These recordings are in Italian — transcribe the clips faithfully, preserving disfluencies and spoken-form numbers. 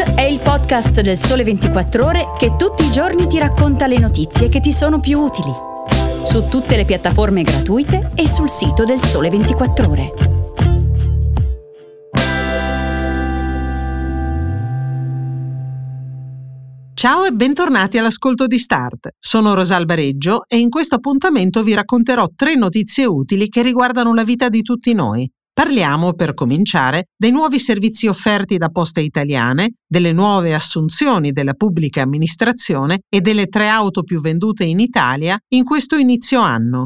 Start è il podcast del Sole ventiquattro Ore che tutti i giorni ti racconta le notizie che ti sono più utili. Su tutte le piattaforme gratuite e sul sito del Sole ventiquattro Ore. Ciao e bentornati all'ascolto di Start. Sono Rosalba Reggio e in questo appuntamento vi racconterò tre notizie utili che riguardano la vita di tutti noi. Parliamo, per cominciare, dei nuovi servizi offerti da Poste Italiane, delle nuove assunzioni della pubblica amministrazione e delle tre auto più vendute in Italia in questo inizio anno.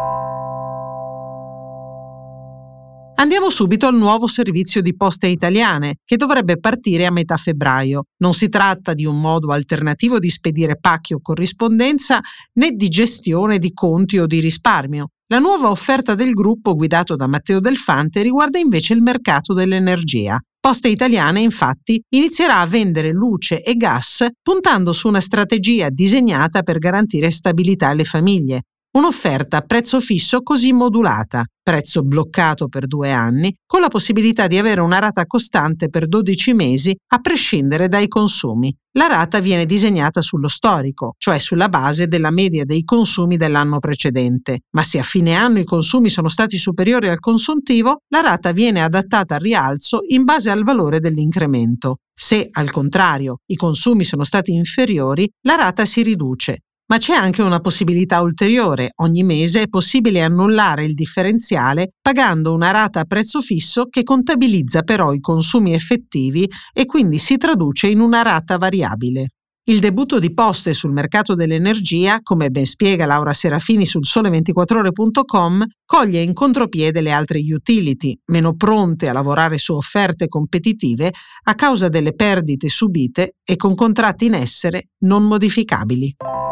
Andiamo subito al nuovo servizio di Poste Italiane, che dovrebbe partire a metà febbraio. Non si tratta di un modo alternativo di spedire pacchi o corrispondenza, né di gestione di conti o di risparmio. La nuova offerta del gruppo, guidato da Matteo Del Fante, riguarda invece il mercato dell'energia. Poste Italiane, infatti, inizierà a vendere luce e gas puntando su una strategia disegnata per garantire stabilità alle famiglie. Un'offerta a prezzo fisso così modulata, prezzo bloccato per due anni, con la possibilità di avere una rata costante per dodici mesi a prescindere dai consumi. La rata viene disegnata sullo storico, cioè sulla base della media dei consumi dell'anno precedente, ma se a fine anno i consumi sono stati superiori al consuntivo, la rata viene adattata al rialzo in base al valore dell'incremento. Se, al contrario, i consumi sono stati inferiori, la rata si riduce. Ma c'è anche una possibilità ulteriore. Ogni mese è possibile annullare il differenziale pagando una rata a prezzo fisso che contabilizza però i consumi effettivi e quindi si traduce in una rata variabile. Il debutto di Poste sul mercato dell'energia, come ben spiega Laura Serafini sul sole ventiquattro ore punto com, coglie in contropiede le altre utility, meno pronte a lavorare su offerte competitive a causa delle perdite subite e con contratti in essere non modificabili.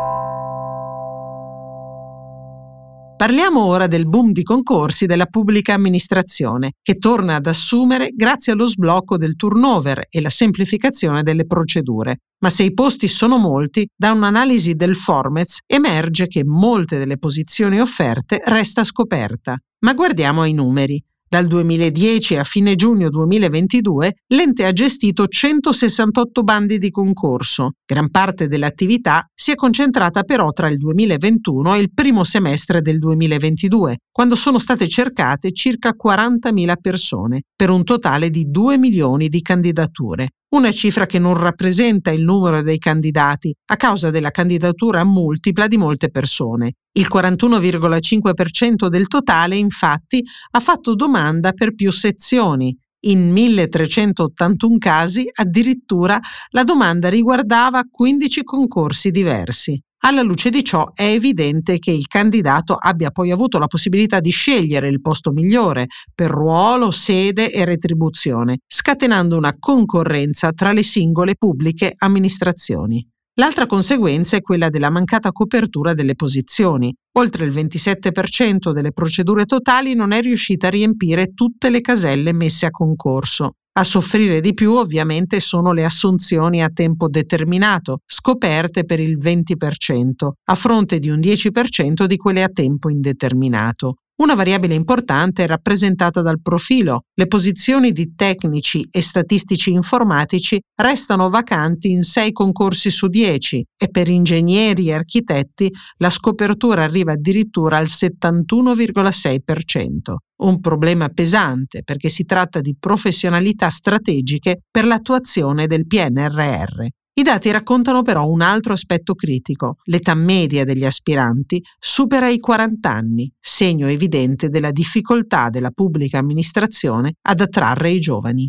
Parliamo ora del boom di concorsi della pubblica amministrazione, che torna ad assumere grazie allo sblocco del turnover e la semplificazione delle procedure. Ma se i posti sono molti, da un'analisi del Formez emerge che molte delle posizioni offerte resta scoperta. Ma guardiamo ai numeri. Dal duemiladieci a fine giugno duemilaventidue l'ente ha gestito centosessantotto bandi di concorso. Gran parte dell'attività si è concentrata però tra il duemilaventuno e il primo semestre del duemilaventidue, quando sono state cercate circa quarantamila persone, per un totale di due milioni di candidature. Una cifra che non rappresenta il numero dei candidati a causa della candidatura multipla di molte persone. Il quarantuno virgola cinque per cento del totale, infatti, ha fatto domanda per più sezioni. In milletrecentottantuno casi, addirittura, la domanda riguardava quindici concorsi diversi. Alla luce di ciò è evidente che il candidato abbia poi avuto la possibilità di scegliere il posto migliore per ruolo, sede e retribuzione, scatenando una concorrenza tra le singole pubbliche amministrazioni. L'altra conseguenza è quella della mancata copertura delle posizioni. Oltre il ventisette per cento delle procedure totali non è riuscita a riempire tutte le caselle messe a concorso. A soffrire di più ovviamente sono le assunzioni a tempo determinato, scoperte per il venti per cento, a fronte di un dieci per cento di quelle a tempo indeterminato. Una variabile importante è rappresentata dal profilo. Le posizioni di tecnici e statistici informatici restano vacanti in sei concorsi su dieci e per ingegneri e architetti la scopertura arriva addirittura al settantuno virgola sei per cento. Un problema pesante perché si tratta di professionalità strategiche per l'attuazione del P N R R. I dati raccontano però un altro aspetto critico. L'età media degli aspiranti supera i quaranta anni, segno evidente della difficoltà della pubblica amministrazione ad attrarre i giovani.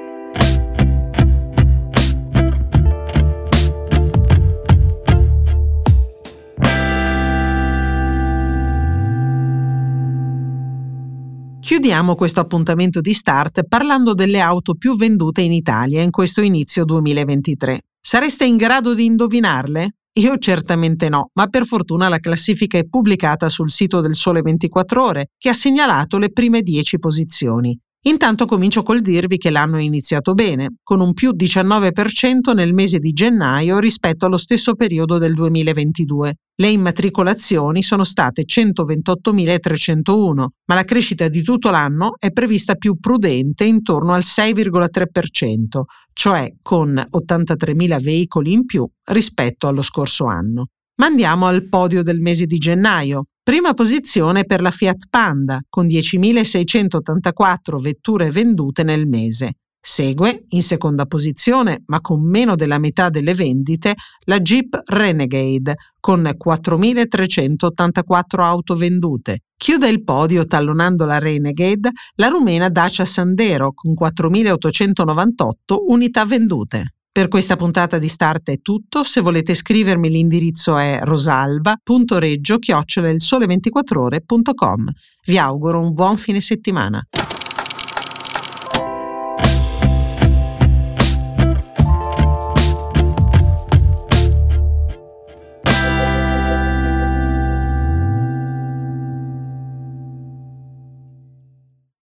Chiudiamo questo appuntamento di Start parlando delle auto più vendute in Italia in questo inizio duemilaventitré. Sareste in grado di indovinarle? Io certamente no, ma per fortuna la classifica è pubblicata sul sito del Sole ventiquattro Ore, che ha segnalato le prime dieci posizioni. Intanto comincio col dirvi che l'anno è iniziato bene, con un più diciannove per cento nel mese di gennaio rispetto allo stesso periodo del duemilaventidue. Le immatricolazioni sono state centoventottomilatrecentouno, ma la crescita di tutto l'anno è prevista più prudente, intorno al sei virgola tre per cento, cioè con ottantatremila veicoli in più rispetto allo scorso anno. Ma andiamo al podio del mese di gennaio. Prima posizione per la Fiat Panda, con diecimilaseicentottantaquattro vetture vendute nel mese. Segue, in seconda posizione, ma con meno della metà delle vendite, la Jeep Renegade, con quattromilatrecentottantaquattro auto vendute. Chiude il podio, tallonando la Renegade, la rumena Dacia Sandero, con quattromilaottocentonovantotto unità vendute. Per questa puntata di Start è tutto. Se volete scrivermi, l'indirizzo è rosalba punto reggio chiocciola il sole ventiquattro ore punto com. Vi auguro un buon fine settimana.